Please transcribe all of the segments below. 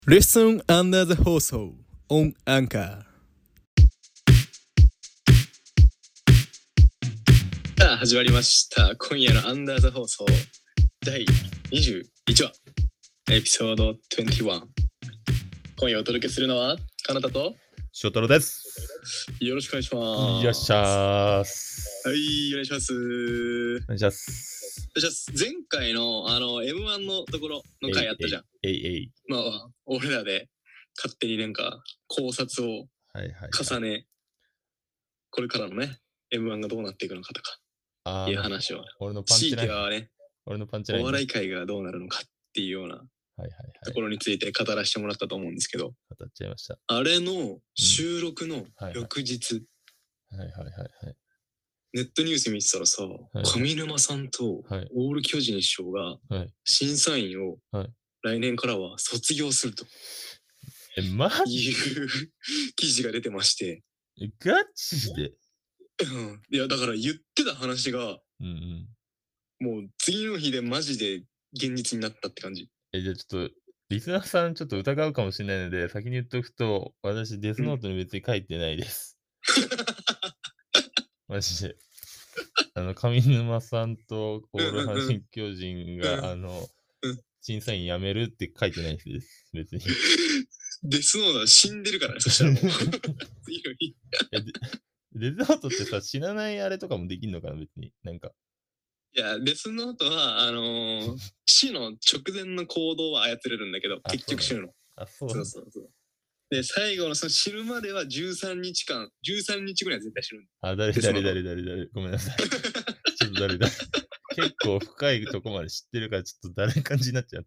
Listen under the 放送 on Anchor。 さあ始まりました。今夜のアンダーザ放送第21話エピソード21。今夜お届けするのはかなたと翔太郎です。 よろしくお願いします。 よっしゃーす。 はい、お願いします。 お願いします。 前回のM1 のところの回あったじゃん。まあ俺らで勝手になんか考察を重ね、これからのね M1 がどうなっていくのかとかいう話を。 俺のパンチライン。 はね、 俺のパンチライン。 お笑い界がどうなるのかっていうようなところについて語らせてもらったと思うんですけど、 語っちゃいました。 あれの収録の翌日、ネットニュース見てたらさ、上沼さんとオール巨人師匠が審査員を来年からは卒業するという記事が出てまして。 ガチでいやだから言ってた話が、もう次の日でマジで現実になったって感じ。 じゃあちょっとリスナーさんちょっと疑うかもしれないので先に言っとくと、私デスノートに別に書いてないです。マジで上沼さんとオール阪神巨人が審査員辞めるって書いてないです、別に。 デスノートは死んでるからね、そしたらもう。次の日。 デスノートってさ、死なないあれとかもできんのかな、別に。なんか。 いや、デスノートは、死の直前の行動は操れるんだけど、結局死ぬの。そう。で、最後のその死ぬまでは13日ぐらいは絶対死ぬ。 誰。ごめんなさい。ちょっと誰。結構深いとこまで知ってるから、ちょっと誰感じになっちゃった。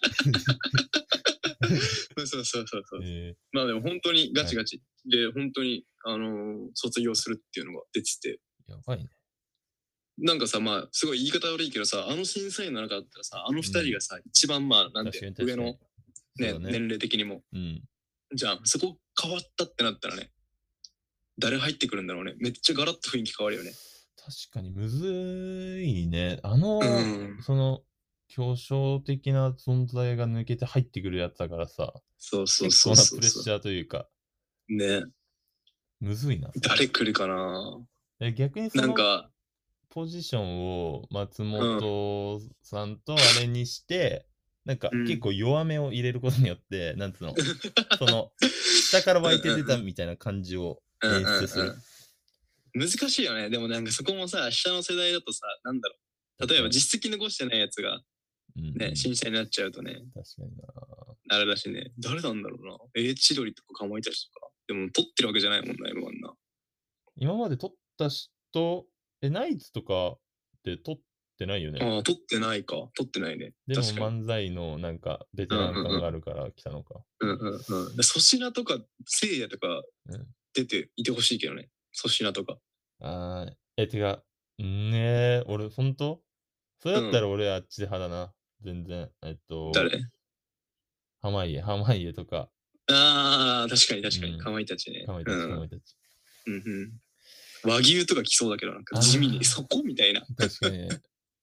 そう。 まあでも本当にガチガチ。で、本当に、卒業するっていうのが出てて。 やばいね。 なんかさ、まあ、すごい言い方悪いけどさ、審査員の中だったらさ、2人がさ、一番まあ、なんて上の、ね、年齢的にも。じゃあ、そこ変わったってなったらね、誰入ってくるんだろうね。めっちゃガラッと雰囲気変わるよね。 確かにむずいね。その、強小的な存在が抜けて入ってくるやつだからさ。 そう。 結構なプレッシャーというか。 ね。 むずいな。 誰来るかな。 逆にそのポジションを松本さんとあれにして、なんか結構弱めを入れることによって、なんつうの、その、下から湧いて出たみたいな感じを演出する。 難しいよね。でもなんかそこもさ、下の世代だとさ、なんだろう。例えば実績残してないやつが、ね、審査になっちゃうとね。 確かにな。 あれだしね。誰なんだろうな。千鳥とかかまいたちとか。でも撮ってるわけじゃないもんな、M1 な。 今まで撮った人、ナイツとかって撮ってないよね。 撮ってないか。撮ってないね。 でも漫才のなんかベテラン感があるから来たのか。 粗品とかせいやとか出ていてほしいけどね。粗品とか。 てか、俺ほんとそれだったら俺あっちで派だな。全然。 誰？ 濱家とか。 確かに。かまいたちね。 かまいたち。 和牛とか来そうだけど、なんか地味にそこみたいな。 確かにね。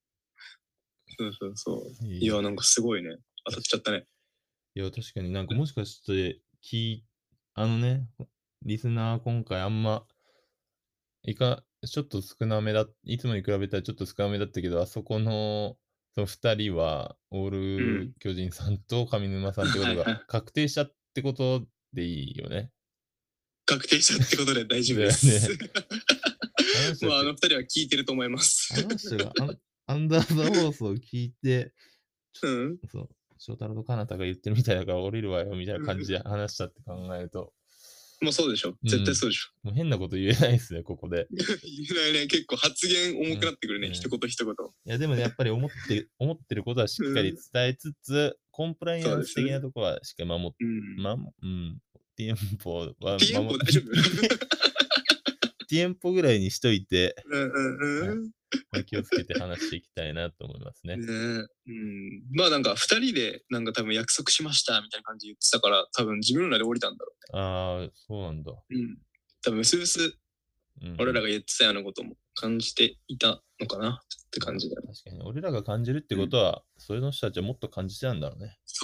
そう。いや、なんかすごいね。当たっちゃったね。 いや、確かになんかもしかして、リスナー今回あんま、ちょっと少なめいつもに比べたらちょっと少なめだったけど、あそこの、その2人は、オール巨人さんと上沼さんってことが確定したってことでいいよね。 確定したってことで大丈夫です。もう2人は聞いてると思います。 あの人がアンダーザ放送を聞いて、そう、翔太郎とかなたが言ってるみたいだから降りるわよみたいな感じで話したって考えると。 もうそうでしょ。絶対そうでしょ。 もう変なこと言えないですね、ここで。 言えないね。結構発言重くなってくるね。一言。いや、でもね、やっぱり思ってることはしっかり伝えつつ、コンプライアンス的なところはしっかり守って、ティエンポは守って。ティエンポ大丈夫？ ティエンポぐらいにしといて、気をつけて話していきたいなと思いますね。 まあなんか2人でなんか多分約束しましたみたいな感じで言ってたから、多分自分らで降りたんだろうね。そうなんだ。 多分うすうす俺らが言ってたようなことも感じていたのかなって感じだよ。 確かに俺らが感じるってことは、それの人たちはもっと感じてたんだろうね。 そう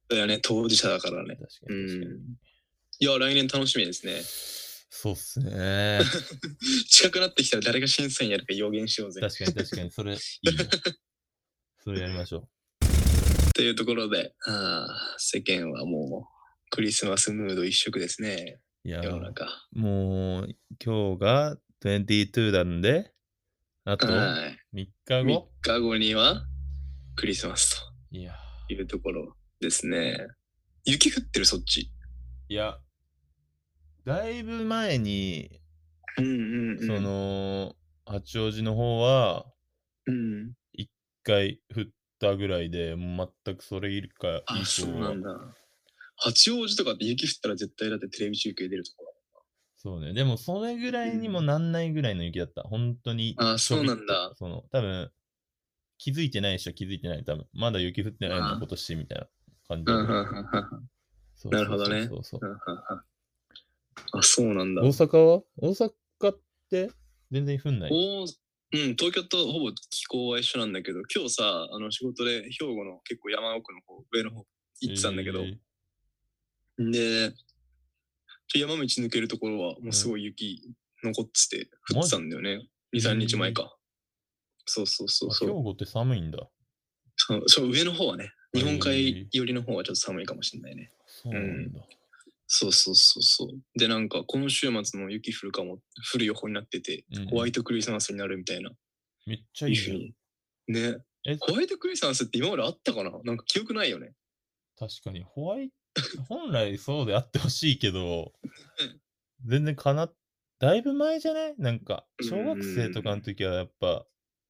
だよね、当事者だからね。 確かに確かに。 いや、来年楽しみですね。 そうっすね。 近くなってきたら誰が審査員やるか予言しようぜ。 確かに確かに、それいいね。それやりましょう。というところで、世間はもうクリスマスムード一色ですね。 いや、 世の中。 もう今日が22なんで、あと3日後 ?3 日後にはクリスマスというところですね。雪降ってるそっち？ いや、だいぶ前に、その、八王子の方は、1回降ったぐらいで、もう全くそれ以降は。 あ、そうなんだ。八王子とかって雪降ったら絶対だってテレビ中継出るところ。 そうね。でもそれぐらいにもなんないぐらいの雪だった。本当に。 あ、そうなんだ。 多分、気づいてない人は気づいてない。多分、まだ雪降ってないの今年みたいな感じで。 なるほどね。あ、そうなんだ。 大阪って全然降んない？ 東京とほぼ気候は一緒なんだけど、今日さ、仕事で兵庫の結構山奥の方、上の方行ってたんだけど、で、山道抜けるところはもうすごい雪残ってて、降ってたんだよね。2、3日前か。そうそうそうそう。 兵庫って寒いんだ。 そう、上の方はね、日本海寄りの方はちょっと寒いかもしれないね。 そうなんだ。 そうそうそうそう。で、なんか、この週末も雪降る予報になってて、ホワイトクリスマスになるみたいな。 めっちゃいいじゃん。 ね。ホワイトクリスマスって今まであったかな？なんか記憶ないよね。 確かに、本来そうであってほしいけど、全然だいぶ前じゃない？なんか、小学生とかの時はやっぱ、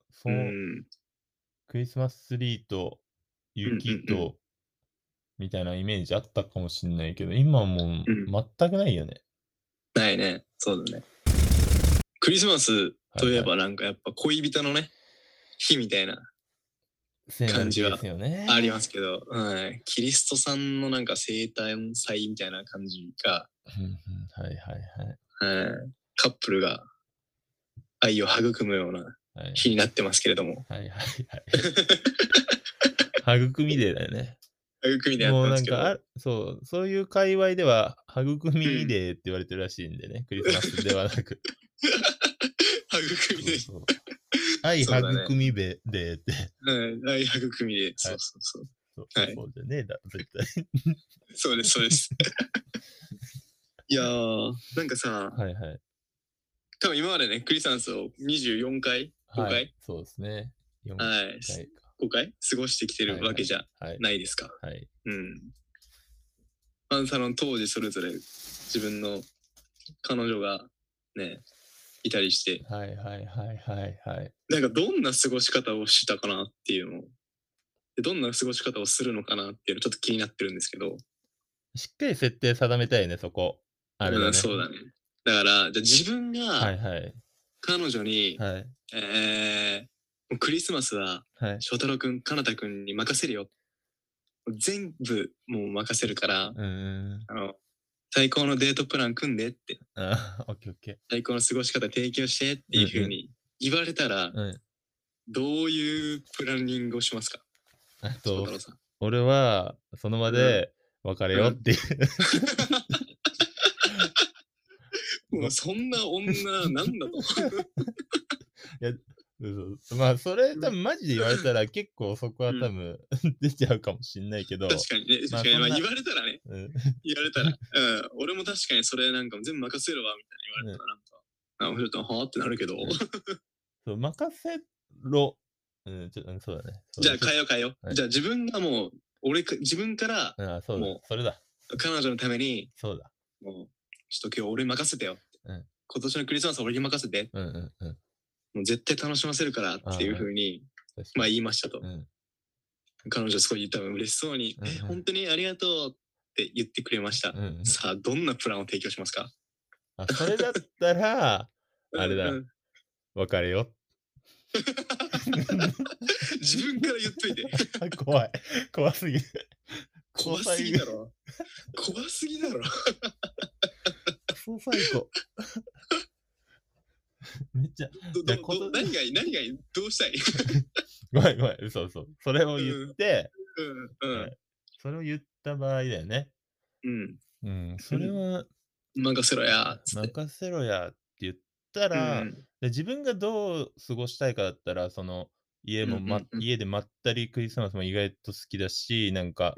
クリスマスツリーと雪と、みたいなイメージあったかもしんないけど、今はもう全くないよね。 ないね。そうだね。クリスマスといえばなんかやっぱ恋人のね、日みたいな感じはありますけど、キリストさんのなんか生誕祭みたいな感じが、カップルが愛を育むような日になってますけれども。 育みデーだよね。 育みデーやってますけど。 もうなんかそういう界隈では育みデーって言われてるらしいんでね、クリスマスではなく。 育みデー。 愛育みデーって。 愛育みデー。そうそうそう。 そうじゃねえだろ、絶対。 そうです、そうです。いやー、なんかさ、多分今までね、クリスマスを24回 ?5 回、 そうですね。 5回過ごしてきてるわけじゃないですか。当時それぞれ自分の彼女がね、いたりして。なんかどんな過ごし方をしたかなっていうのを、どんな過ごし方をするのかなっていうのちょっと気になってるんですけど。 しっかり設定定めたいね、そこ。あれだね。 そうだね。だから、じゃ自分が彼女に、クリスマスは翔太郎くん、かなたくんに任せるよ。全部もう任せるから、最高のデートプラン組んでって。最高の過ごし方提供してっていう風に言われたら、どういうプランニングをしますか？ 俺はその場で別れよっていう。 もうそんな女なんだと。 いや、まあそれ多分マジで言われたら結構そこは多分出ちゃうかもしんないけど。 確かにね。確かに。まあ言われたらね。言われたら。俺も確かにそれなんか全部任せるわみたいに言われたらなんか、ちょっとはぁってなるけど。 そう任せろ。そうだね。 じゃあ変えよう。じゃあ自分がもう、自分から、 もう、それだ。 彼女のために、 そうだ。 もう、ちょっと今日俺任せてよ。今年のクリスマス俺に任せて。もう絶対楽しませるからっていう風に、まあ言いましたと。彼女すごい多分嬉しそうに、本当にありがとうって言ってくれました。さあ、どんなプランを提供しますか？ それだったら、あれだ。別れよ。 自分から言っといて。 怖すぎる。 怖すぎだろ。 そう最高。めっちゃ。 何がいいどうしたい？ ごめん、嘘。それを言って、 った場合だよね。 うん。 うん、それは、 任せろや、つって。 任せろやって言ったうら、 ん。 で自分がどう過ごしたいかだったら、その、家でまったりクリスマスも意外と好きだし、なんか、 うん。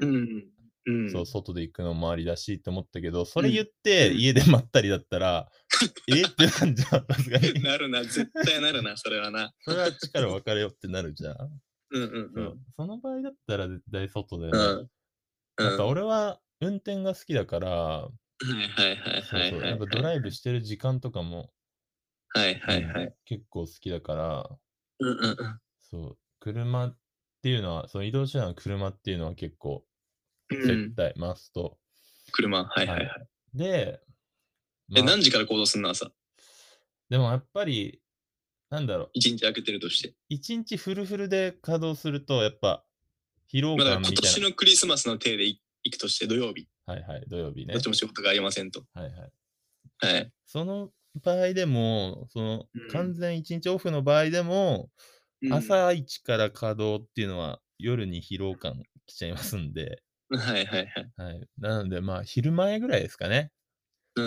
うん。 そう、外で行くのもありだしって思ったけど、そうん。 れ言って家でまったりだったら、ってなんじゃん、さすがに。 なるな、絶対なるな、それはな。 それは力分かれよってなるじゃん。 うんうんそう。 うん。 その場合だったら絶対外でね。 うん。うやっぱん。 俺は運転が好きだから、 はいはいはいはいそうそう、 はいはい。 やっぱドライブしてる時間とかも、 はいはいはい。 結構好きだから、 うんうんうん。 そう、車っていうのは、その移動手段の車っていうのは結構うん。 絶対マスト。 車、はいはいはい。 はい。 で、 何時から行動すんの朝？ でもやっぱり、なんだろう、 一日空けてるとして。 1日フルフルで稼働すると、やっぱ疲労まあ、だから感みたいな。 今年のクリスマスの体で行くとして土曜日。 はいはい、土曜日ね。 どっちも仕事がありませんと。 はいはい。 はい。 その場合でも、そのうん。 完全1日オフの場合でも、 うん。 朝一から稼働っていうのは夜に疲労感きちゃいますんで、 はいはいはい。 はい。なので、まあ、昼前ぐらいですかね。 うん。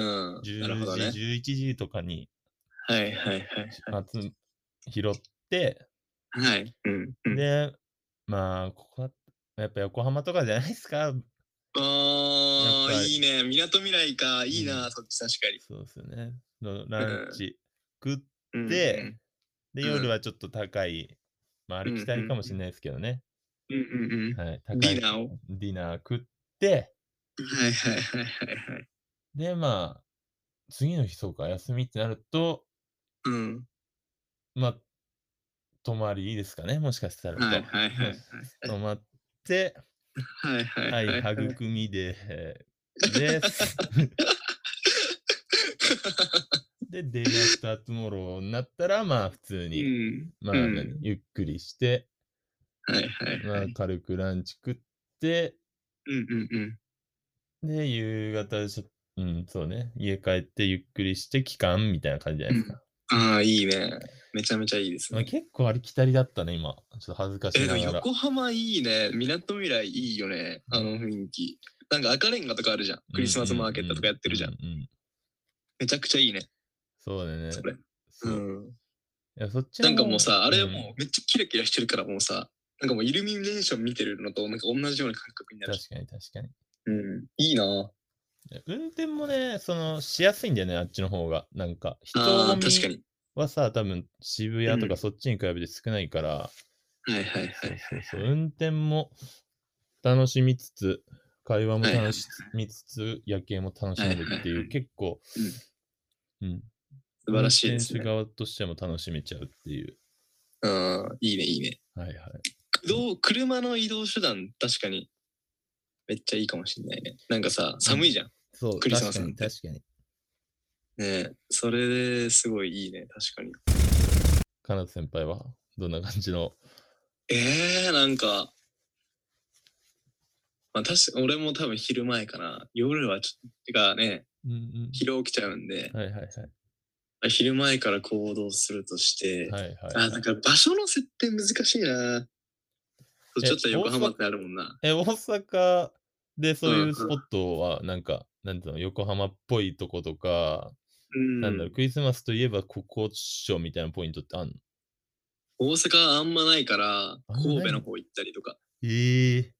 なる 10時、 ほどね。 11時とかにはいはいはいはい。 拾って、 はい。うんうん。 で、まあ、ここはやっぱ横浜とかじゃないですか。やっああ、 ぱり。 いいね。みなとみらいか。いいな、 うん。 そっち確かに。 そうですよね。 うランん。 チ食っうんうて、 ん。 で、 うん。 夜はちょっと高い、まあ、あうんりきたりかもうん。 しれないですけどね。 うんうんはい、 うん。ディナーを。 ディナー食って、 はいはいはいはいはい。 で、まあ、次の日、そうか、休みってなると、 うん。 まあ、泊まりですかね、もしかしたらと。 はいはいはいはい。 泊まって、 はいはいはい、 はいはい。 育みで、です。で、デイアフタートゥモローになったら、まあ、普通うに、 ん。うまあ、 ん。 ゆっくりして、 はいはいまあ、 はい。 軽くランチ食って、 うんうんうん。 で、夕方そうね、家帰ってゆっくりして帰還みたいな感じじゃないですか。 ああ、いいね。めちゃめちゃいいですまあ、 ね。 結構ありきたりだったね、今。ちょっと恥ずかしでもながら。 横浜いいね。みなとみらいいいよね。あの雰囲気。なんか赤レンガとかあるじゃん。クリスマスマーケットとかやってるじゃん。めちゃくちゃいいね。 そうだね。 それ。 そう。 うん。 いや、そっちなの方、 んかもうさ、あれもうめっちゃキラキラしてるからもうさ、なんかもうイルミネーション見てるのとなんか同じような感覚になる。 確かに確かに。 うん。いいな。 運転もね、しやすいんだよね、あっちの方が。なんか、人ああ、 混み確かに。 はさ、多分渋うん。 谷とかそっちに比べて少ないから、 はいはいはいはいそうそうそう、 はい。 運転も楽しみつつ、会話もはいはい楽しみつつ、夜景も楽しはいめるっていう、 はいはい。 結構、 うん。 うん、 素晴ら運しいですね。 転手側としても楽しめちゃうっていう。 うん。いいねいいね。 はいはい。 車の移動手段確かにめっちゃいいかもしれないね。なんかさ、寒いじゃん。 そう、 クリスマ確かスなんて。 に確かに。 ねえ、それですごいいいね。確かに。 カナダ先輩はどんな感じの。 なんか、まあ俺も多分昼前かな。夜はちょっと、てかね、昼起きちゃうんで、 はいはいはい。 昼前から行動するとして、 はいはい。 だから場所の設定難しいな。ちょっと横浜ってあるもんな。 大阪でそういうスポッうトは、なんか、なんていうの、横浜っぽいとことか、なんだろう、 ん。 クリスマスといえばここっしょみたいなポイントってあんの？ 大阪はあんまないから、 あんまないの？ 神戸の方行ったりとか。 ええ。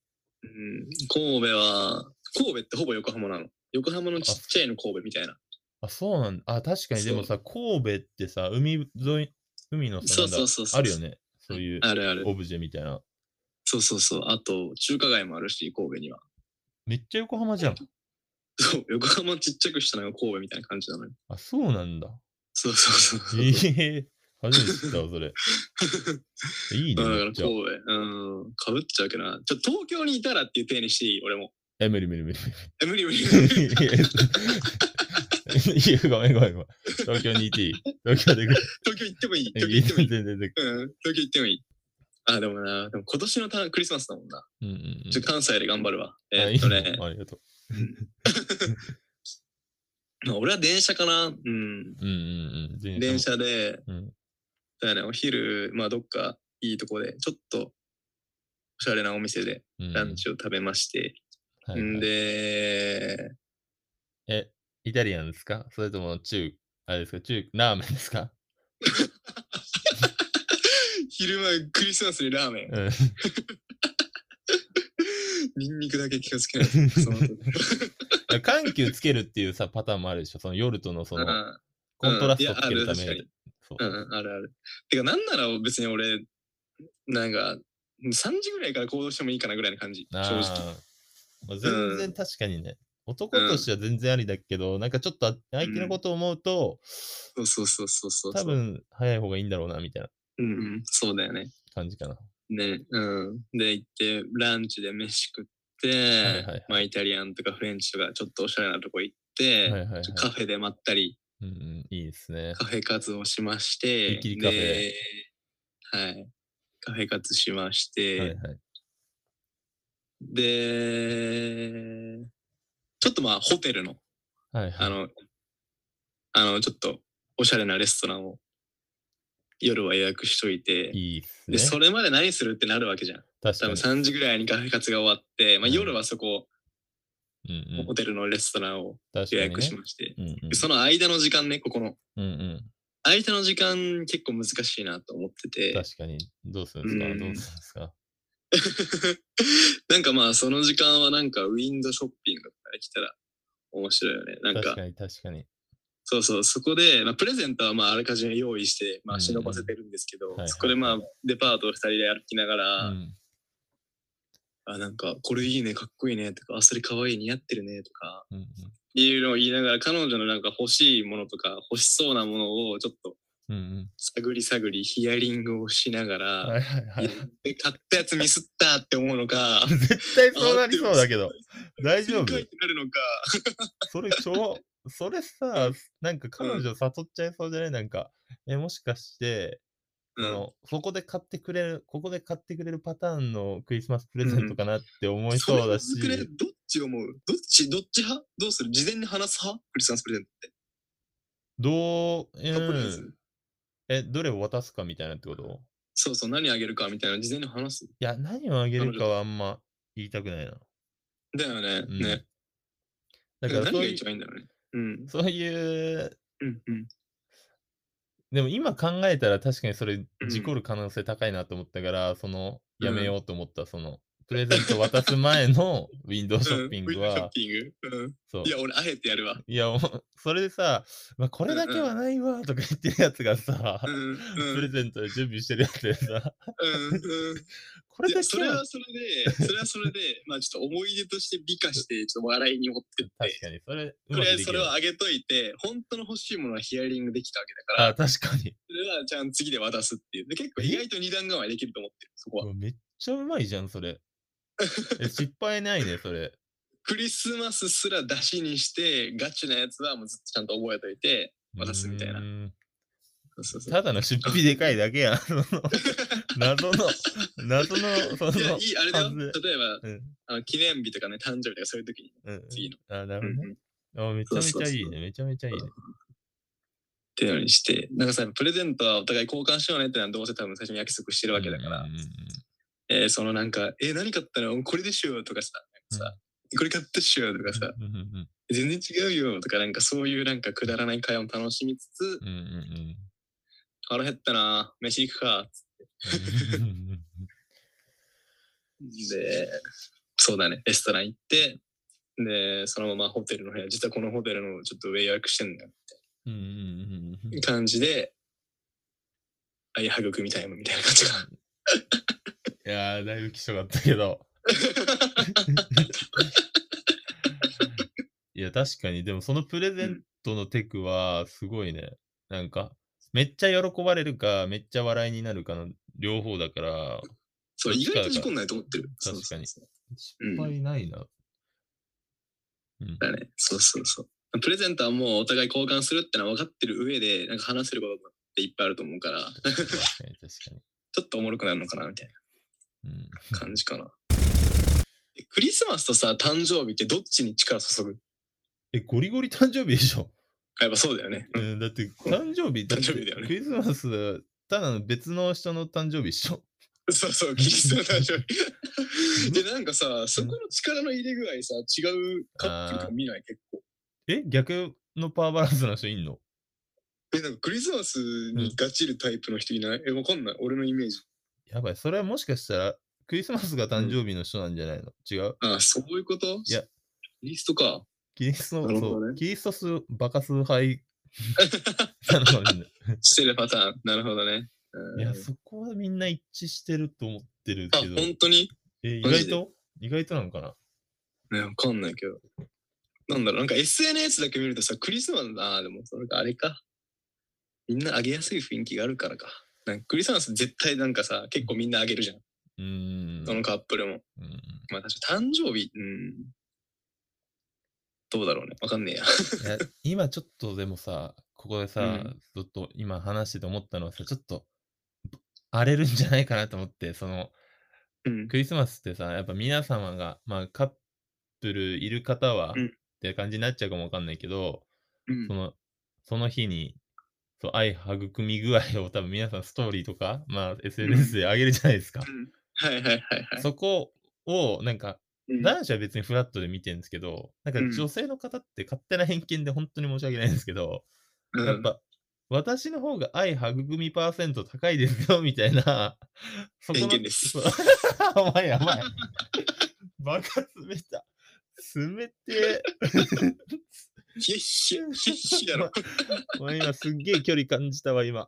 神戸ってほぼ横浜なの。横浜のちっちゃいの神戸みたいな。 あ、そうなんだ。あ、確かにでそう。 もさ、神戸ってさ、海のさ、 そうそうそうそう。 あるよね。そういうあるある。 オブジェみたいな。 そうそうそう。あと、中華街もあるし、神戸には。 めっちゃ横浜じゃん。 そう、横浜ちっちゃくしたのが神戸みたいな感じなのよ。 あ、そうなんだ。 そうそうそう。 ええ、初めて知ったわ、それ。いいね、 だかめっちゃ。 ら神戸、かぶっちゃうけどな。東京にいたらっていう体にしていい俺も。 無理無理無理無理無理。 無理。いや、ごめんごめんごめん。東京にいていい。東京で東京行ってもいい。東京行ってもいい。 全然東京行ってもいい。でもな、でも今年のクリスマスだもんな。関西で頑張るわ。 ありがとう。 俺は電車かな。電車で、だよね、お昼、どっかいいとこで、ちょっとおしゃれなお店でランチを食べまして、 はいはい、 で、 イタリアンですか？それともあれですか、ラーメンですか？ 昼間クリスマスにラーメン。 うん。 ニンニクだけ気をつけないと。その後緩急つけるっていうさ、パターンもあるでしょ。その夜とのコントラいや、 ストつある、 けるためで。 確かに。 そう。 あるある。てか、なんなら別に俺、なんか、3時ぐらいから行動してもいいかなぐらいの感じ、正直。 全然確かにね、男としては全然ありだけど、なんかちょっと相手のことを思うと、 そう。 多分早い方がいいんだろうな、みたいなそうだよね。 感じかな。 ね、で、行って、ランチで飯食って、イタリアンとかフレンチとか、ちょっとおしゃれなとこ行って、カフェでまったり、 いいですね。 カフェ活動しまして、で、はい。カフェ活しまして、で、ちょっとホテルの、ちょっとおしゃれなレストランを夜は予約しといて、 いいっすね。 で、それまで何するってなるわけじゃん。多分3時ぐらいにカフェ活が終わって、夜はそこ、ホテルのレストランを予約しまして、その間の時間ね、ここの。間の時間結構難しいなと思ってて。 確かに。どうするんですか？ なんかその時間はなんかウィンドウショッピングとかできたら面白いよね。なんか。 確かに。 そう、そこで、プレゼントはあらかじめ用意して、忍ばせてるんですけど、そこでデパートを2人で歩きながら、なんか、これいいね、かっこいいね、とか、それかわいい、似合ってるね、とか、いうのを言いながら、彼女のなんか欲しいものとか、欲しそうなものをちょっと、探り、ヒアリングをしながら、で買ったやつミスったって思うのか、 絶対そうなりそうだけど、大丈夫？ 正解ってなるのか。 それさ、なんか彼女誘っちゃいそうじゃない？なんか、もしかして、そこで買ってくれるパターンのクリスマスプレゼントかなって思いそうだし。 どっち思う？どっち派？どうする？事前に話す派？クリスマスプレゼントって。 どれを渡すかみたいなってこと？ そう、何あげるかみたいな事前に話す？ いや、何をあげるかはあんま言いたくないな。 だよね。ね。 だから何が一番いいんだろうね。 そういう、でも今考えたら確かにそれ事故る可能性高いなと思ったから、やめようと思った、プレゼント渡す前のウィンドウショッピングは、 いや、俺あえてやるわ。 いや、それでさ、これだけはないわとか言ってるやつがさ、プレゼントで準備してるやつでさ、これだけは。 それはそれで、ちょっと思い出として美化して、ちょっと笑いに持ってって。 確かに、 とりあえずそれをあげといて、本当の欲しいものはヒアリングできたわけだから。 確かに。 それはちゃんと次で渡すっていう。で、結構意外と二段構えできると思ってる、そこは。 めっちゃうまいじゃん、それ。失敗ないね、それ。 クリスマスすら出しにして、ガチなやつはもうずっとちゃんと覚えといて、渡すみたいな。 ただの出費でかいだけやん。謎の、 いや、あれだよ。例えば、記念日とかね、誕生日とかそういう時に、次の。 なるほどね。めちゃめちゃいいね。めちゃめちゃいいね。 っていうのにして、なんかさ、プレゼントはお互い交換しようねってのはどうせ多分最初に約束してるわけだから、なんか、何買ったの？これでしょとかさ、これ買ったっしょとかさ、全然違うよとか、なんかそういうなんかくだらない会話も楽しみつつ、腹減ったな、飯行くか、つって。で、そうだね、レストラン行って、で、そのままホテルの部屋、実はこのホテルのちょっと上予約してんだよって感じで、愛育みタイムみたいな感じか。 いやー、だいぶきしょかったけど。いや、確かに、でもそのプレゼントのテクはすごいね。なんか、めっちゃ喜ばれるか、めっちゃ笑いになるかの両方だから。 そう、意外と事故んないと思ってる。 確かに。失敗ないな。 だね。そう。プレゼントはもうお互い交換するってのは分かってる上で、なんか話せることっていっぱいあると思うから。確かに。ちょっとおもろくなるのかなみたいな感じかな。クリスマスとさ、誕生日ってどっちに力注ぐ？ ゴリゴリ誕生日でしょ。 やっぱそうだよね。 だって誕生日だよね。 クリスマス、ただの別の人の誕生日でしょ。 そう、キリストの誕生日。 で、なんかさ、そこの力の入れ具合さ、違うカップルが見ない結構。 逆のパワーバランスの人いんの？ なんかクリスマスにガチるタイプの人いない？わかんない。俺のイメージ。 やばい、それはもしかしたら、クリスマスが誕生日の人なんじゃないの？違う？ ああ、そういうこと？ いや、 キリストか。 キリスト、 なるほどねそう、キリストバカ崇拝なのかもしれない。 してるパターン。なるほどね。 いや、そこはみんな一致してると思ってるあ、 けど、 本当に？ 意マジで外となのかな？ ね、わかんないけど。なんだろう、なんか SNS だけ見るとさ、クリスマス、でもそれかあれか。みんなあげやすい雰囲気があるからか。なんかクリスマス絶対なんかさ、結構みんなあげるじゃん。そのカップルも。まあ確か誕生日、どうだろうね。わかんねえや。 いや今ちょっとでもさ、ここでさ、ずっと今話してて思ったのはさ、ちょっと荒れるんじゃないかなと思って、クリスマスってさ、やっぱ皆様が、まあカップルいる方は、って感じになっちゃうかもわかんないけど、その日に、愛育み具合を多分皆さんストーリーとか、まあ SNS で上げるじゃないですか。 はいはいはいはい。 そこをなんか、男子は別にフラットで見てるんですけど、なんか女性の方って勝手な偏見で本当に申し訳ないんですけど、やっぱ、私の方が愛育みパーセント高いですよみたいな、そこの、 偏見です。 お前やばい。バカ冷た。冷てひえひえひえひえやろ。 お前今すっげえ距離感じたわ、今。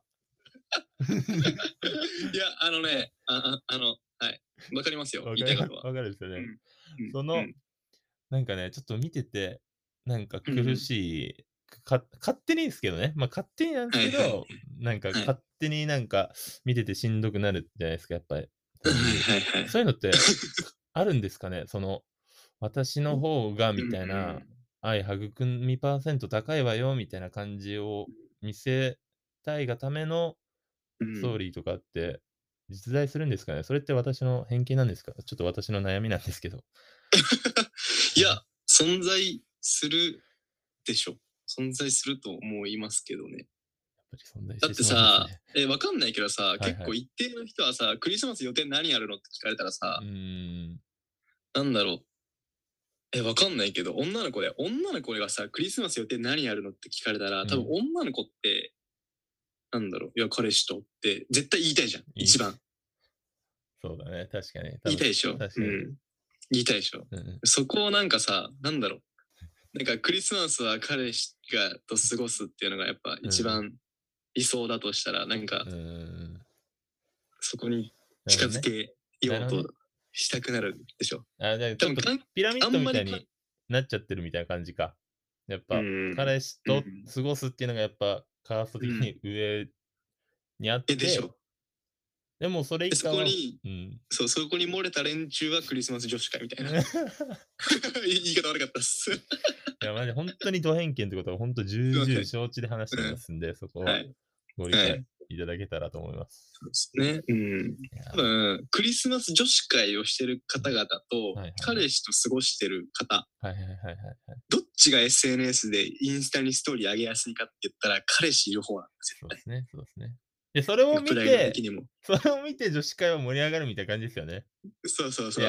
いや、はい。わかりますよ。言いたいことは。 わかるですよね。なんかね、ちょっと見てて、なんか苦しい、勝手にですけどね。まあ勝手になんですけど、なんか勝手になんか見ててしんどくなるじゃないですか、やっぱり。そういうのってあるんですかね？私の方がみたいな、愛育みパーセント高いわよみたいな感じを見せたいがためのストーリーとかって実在するんですかね？それって私の偏見なんですか？ちょっと私の悩みなんですけど。 いや、存在するでしょ。存在すると思いますけどね。だってさ、わかんないけどさ、結構一定の人はさ、クリスマス予定何やるのって聞かれたらさ、なんだろう。わかんないけど、女の子がさ、クリスマス予定何やるのって聞かれたら、多分女の子って、なんだろう、いや、彼氏とって絶対言いたいじゃん、一番。 そうだね、確かに。 言いたいでしょ。言いたいでしょ。そこをなんかさ、なんだろう。なんかクリスマスは彼氏と過ごすっていうのがやっぱ一番理想だとしたら、なんか、そこに近づけようとしたくなるでしょ。 じゃあちょっとピラミッドみたいになっちゃってるみたいな感じか。やっぱ、彼氏と過ごすっていうのがやっぱ、カースト的に上にあって、 でしょ。 でもそれ以下は、 そこに漏れた連中はクリスマス女子会みたいな。言い方悪かったっす。 いや、マジ本当にド偏見ってことは本当重々承知で話してますんで、そこはご理解いただけたらと思います。 そうですね。多分、クリスマス女子会をしてる方々と、彼氏と過ごしてる方、どっちが SNS でインスタにストーリー上げやすいかって言ったら、彼氏いる方なんですよ。 そうですね、そうですね。で、それを見て女子会は盛り上がるみたいな感じですよね。 そう。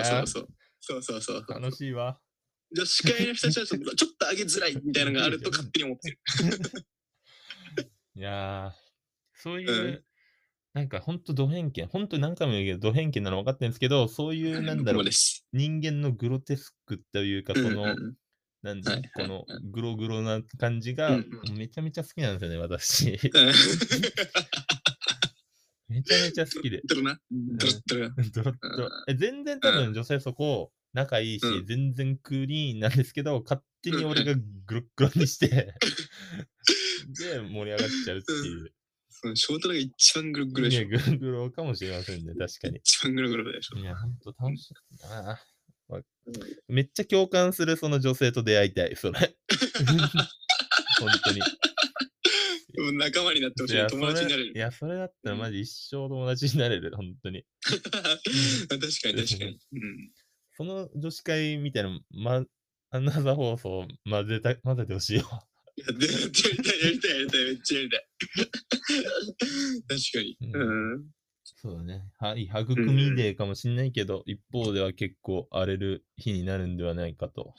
楽しいわ。 女子会の人たちはちょっと上げづらいみたいなのがあると勝手に思ってる。 いやそういう、なんか本当ド偏見、本当何回も言うけどド偏見なの分かってるんですけど、そういうなんだろう、人間のグロテスクというか、このグログロな感じがめちゃめちゃ好きなんですよね、私。めちゃめちゃ好きで。 ドロッ。 全然多分女性そこ仲いいし、全然クリーンなんですけど、勝手に俺がグロッグロにして、で、盛り上がっちゃうっていう。 翔太郎が一番グログロでしょ。 グログロかもしれませんね、確かに。 一番グログロでしょ。 いや、ほんと楽しいな。めっちゃ共感するその女性と出会いたい、それ。本当に。 仲間になってほしい。友達になれる。 いや、それだったらマジ一生友達になれる、本当に。 確かに。 その女子会みたいな、アナザー放送混ぜてほしいよ。 やりたい。めっちゃやりたい。確かに。 そうだね。はい、育みデーかもしんないけど、一方では結構荒れる日になるんではないかと。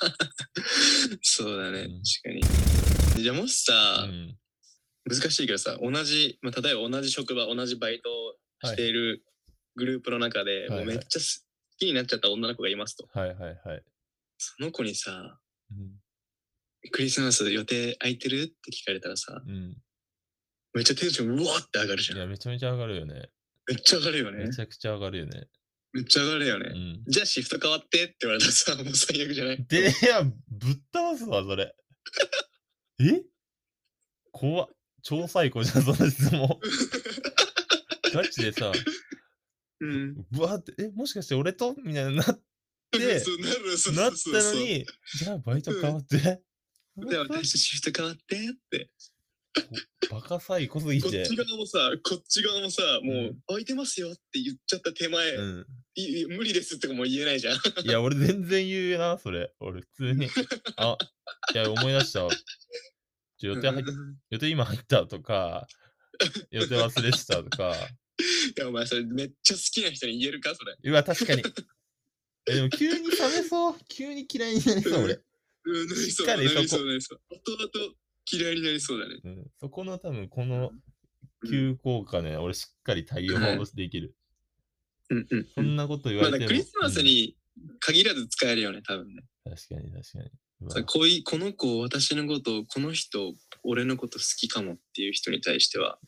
そうだね、確かに。じゃあもしさ、難しいけどさ、例えば同じ職場、同じバイトをしているグループの中で、もうめっちゃ好きになっちゃった女の子がいますと。その子にさ、クリスマス予定空いてるって聞かれたらさ、めっちゃテンションうわって上がるじゃん。 いや、めちゃめちゃ上がるよね。 めっちゃ上がるよね。 めちゃくちゃ上がるよね。 めっちゃ上がるよね。じゃあシフト変わってって言われたらさ、もう最悪じゃない？ で、いや、ぶっ倒すわ、それ。え？怖っ。超最高じゃん、その質問。ガチでさ、ぶわって、もしかして俺とみたいになって、なったのに、じゃあバイト変わって。 で、私シフト変わってって。 バカサイコすぎて。 こっち側もさ、もう空いてますよって言っちゃった手前、無理ですってもう言えないじゃん。 いや、俺全然言うな、それ。俺普通に。あ、いや、思い出したわ。予定今入ったとか、予定忘れてたとか。 いや、お前それめっちゃ好きな人に言えるか、それ。 うわ、確かに。でも急に冷めそう。急に嫌いになりそう、俺。 しっかりそこ。後々嫌いになりそうだね。 そこの多分、この急降下ね、俺しっかり対応できる。そんなこと言われても。 クリスマスに限らず使えるよね、多分ね。 確かに。 この子、私のこと、この人、俺のこと好きかもっていう人に対しては、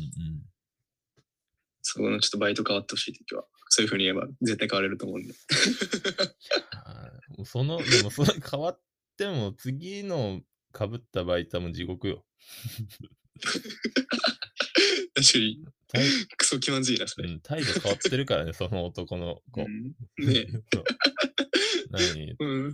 そこのちょっとバイト変わってほしいときは、そういうふうに言えば絶対変われると思うんで。 でもそれ変わっても、次の被ったバイトも地獄よ。 確かに、クソ気まずいな、それ。 態度変わってるからね、その男の子。 ね何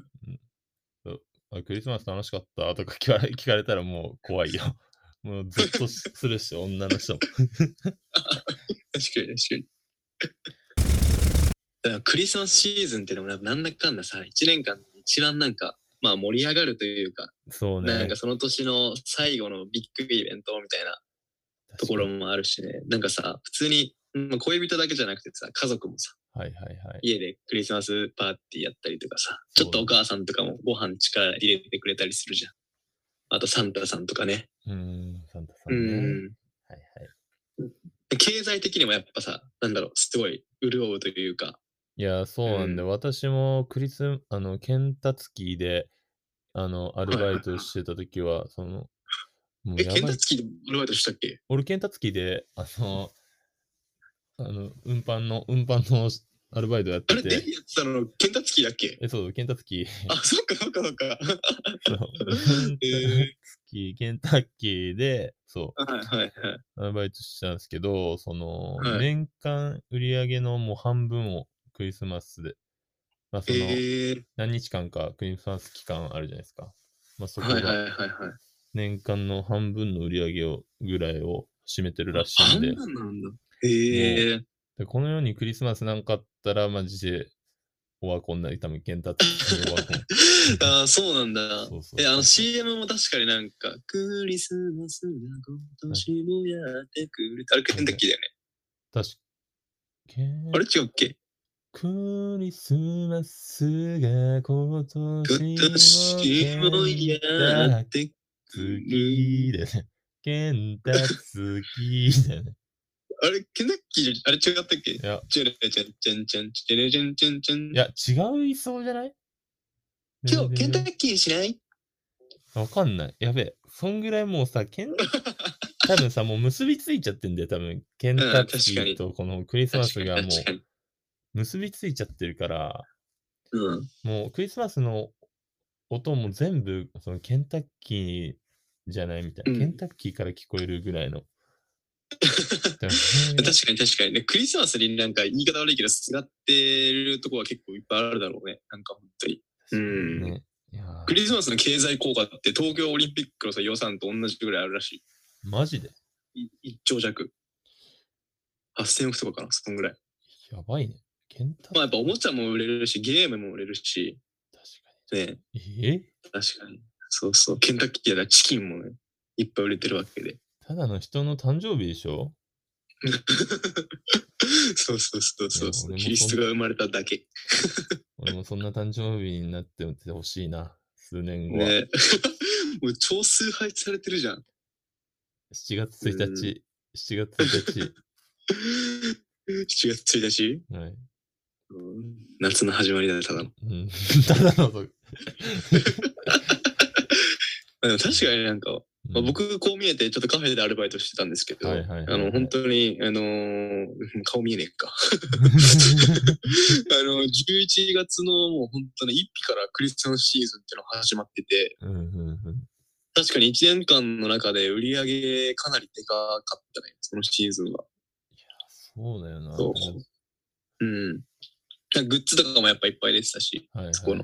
クリスマス楽しかったとか聞かれたらもう怖いよ。もうずっとするっしょ、女の人も。 確かに。だからクリスマスシーズンっていうのもなんだかんださ、1年間一番なんか、まあ盛り上がるというか、 そうね。 なんかその年の最後のビッグイベントみたいなところもあるしね。なんかさ、普通に、恋人だけじゃなくてさ、家族もさ、家でクリスマスパーティーやったりとかさ、ちょっとお母さんとかもご飯力入れてくれたりするじゃん。あとサンタさんとかね。 サンタさんね。 経済的にもやっぱさ、なんだろう、すごい潤うというか。 いや、そうなんで、私もケンタッキーで、アルバイトしてた時は、 ケンタッキーでアルバイトしたっけ？ 俺、ケンタッキーで、運搬のアルバイトやってて。 あれ、デリやってたのケンタッキーだっけ？ そう、ケンタッキー。 あ、そっか。そう、 ケンタッキーで、そう。アルバイトしてたんですけど、年間売り上げのもう半分をクリスマスで、まあ何日間かクリスマス期間あるじゃないですか。まあそこが、年間の半分の売り上げぐらいを占めてるらしいんで。 半分なんだ。 でこのようにクリスマスなんかあったら、マジで、オワコンなり、多分ケンタッキーのオワコン。 ああ、そうなんだ。CM も確かになんか、クリスマスが今年もやってくる。あれ、ケンタッキーだよね。 確かあれ違うっけ？ クリスマスが今年もやってくる。ケンタッキーだよね。 あれ、ケンタッキーあれ違ったっけ？ いや、違いそうじゃない？ 今日、ケンタッキーしない？ わかんない。やべえ。そんぐらいもうさ、多分さ、もう結びついちゃってんだよ、多分。ケンタッキーとこのクリスマスがもう結びついちゃってるから、もうクリスマスの音も全部、ケンタッキーじゃないみたいな。ケンタッキーから聞こえるぐらいの。 確かにね。クリスマスになんか言い方悪いけど、すがってるとこは結構いっぱいあるだろうね。なんか本当に。クリスマスの経済効果って東京オリンピックのさ予算と同じぐらいあるらしい。 マジで ？1兆弱。8000億とかかな、そんぐらい。 やばいね。 まあやっぱおもちゃも売れるし、ゲームも売れるし。 確かに。 確かに。そう。ケンタッキーやチキンもね、いっぱい売れてるわけで。 ただの人の誕生日でしょ？ そうそうそうそうそう。キリストが生まれただけ。 俺もそんな誕生日になってほしいな。数年後は。 ねもう超崇拝されてるじゃん。 7月1日。7月1日。 7月1日はい。 夏の始まりだね、ただの。 ただの。 でも確かになんか、僕こう見えてちょっとカフェでアルバイトしてたんですけど、本当に、顔見えねえか。11月のもう本当に1日からクリスマスシーズンっていうのが始まってて、確かに1年間の中で売り上げかなりでかかったね、そのシーズンは。 いや、そうだよな。 そう。グッズとかもやっぱいっぱい出てたし、そこの。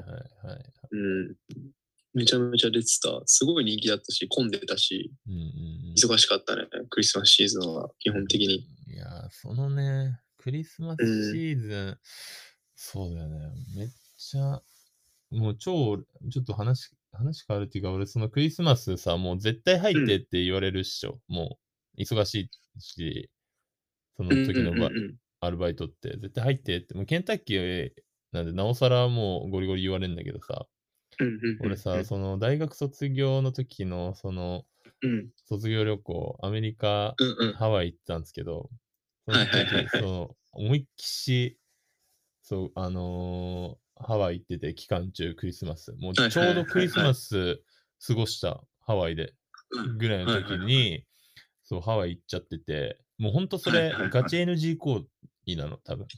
めちゃめちゃ出てた。すごい人気だったし、混んでたし、忙しかったね、クリスマスシーズンは、基本的に。 いや、そのね、クリスマスシーズン、そうだよね。めっちゃ、もうちょっと話変わるっていうか、俺そのクリスマスさ、もう絶対入ってって言われるっしょ。もう、忙しいし、その時のアルバイトって絶対入ってって、もうケンタッキーなんでなおさらもうゴリゴリ言われるんだけどさ、俺さ、その大学卒業の時のその卒業旅行、アメリカ、ハワイ行ったんですけど、その時、思いっきし、そう、ハワイ行ってて、期間中クリスマス。もうちょうどクリスマス過ごしたハワイで、ぐらいの時に、そう、ハワイ行っちゃってて、もうほんとそれ、ガチ NG 行為なの、多分。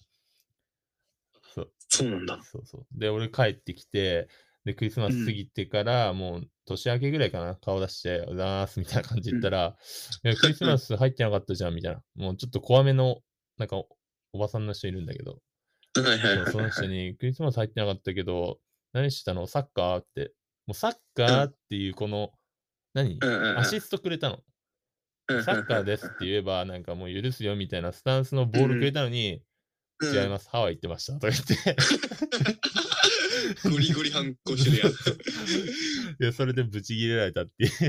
そうなんだ。 そうそう。で、俺帰ってきて、で、クリスマス過ぎてから、もう年明けぐらいかな、顔出して、おはようございますみたいな感じで言ったら、いや、クリスマス入ってなかったじゃん、みたいな。もうちょっと怖めの、なんか、おばさんの人いるんだけど、その人に、クリスマス入ってなかったけど、何してたのサッカーって。もうサッカーっていうこの、アシストくれたの。サッカーですって言えば、なんかもう許すよみたいなスタンスのボールくれたのに、違います、ハワイ行ってましたとか言って。 ゴリゴリ反抗してるやん。 いや、それでブチギレられたっていう。 い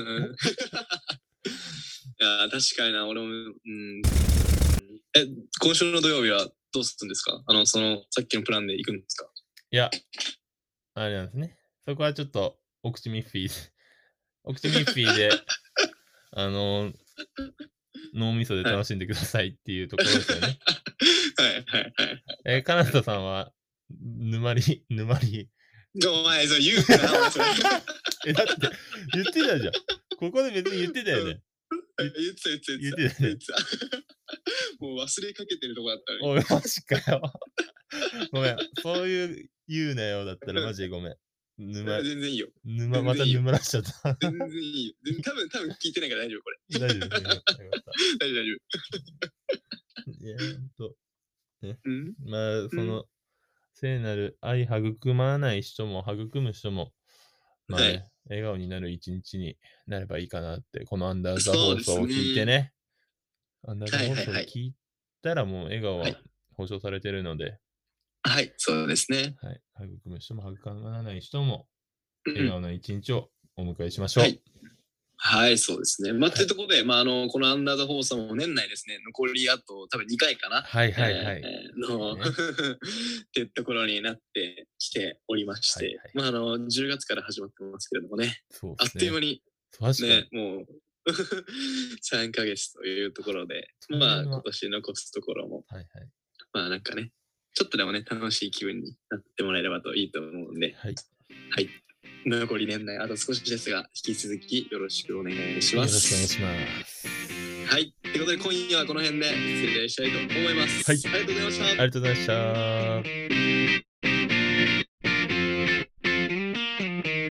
や、確かにな、俺も、今週の土曜日はどうするんですか？さっきのプランで行くんですか？ いや、あれなんですね。そこはちょっと、お口ミッフィーで、脳みそで楽しんでくださいっていうところですよね。カナダさんは、沼り。 お前、そう言うかな、お前それ。 だって、言ってたじゃん。ここで別に言ってたよね。 言ってた。もう忘れかけてるとこだったね。おい、マジかよ。ごめん、そういう言うなよだったらマジでごめん。 全然いいよ。 また沼らしちゃった。 全然いいよ。多分聞いてないから大丈夫、これ。 大丈夫。 大丈夫。まあ、その、聖なる愛育まない人も育む人も、まあね、笑顔になる一日になればいいかなって、このアンダーザ放送を聞いてね。アンダーザ放送を聞いたらもう笑顔は保証されてるので。 はい、そうですね。 はい。育む人も育まない人も、笑顔な一日をお迎えしましょう。 はい、そうですね。というところで、このアンダーザ放送も年内ですね、残りあと多分2回かな。っていうところになってきておりまして、10月から始まってますけれどもね、あっという間に、ね、もう3ヶ月というところで、今年残すところも、なんかね、ちょっとでもね、楽しい気分になってもらえればといいと思うんで、はい。残り年内あと少しですが、引き続きよろしくお願いします。 よろしくお願いします。 はい。ということで、今夜はこの辺で失礼したいと思います。 はい。ありがとうございました。ありがとうございました。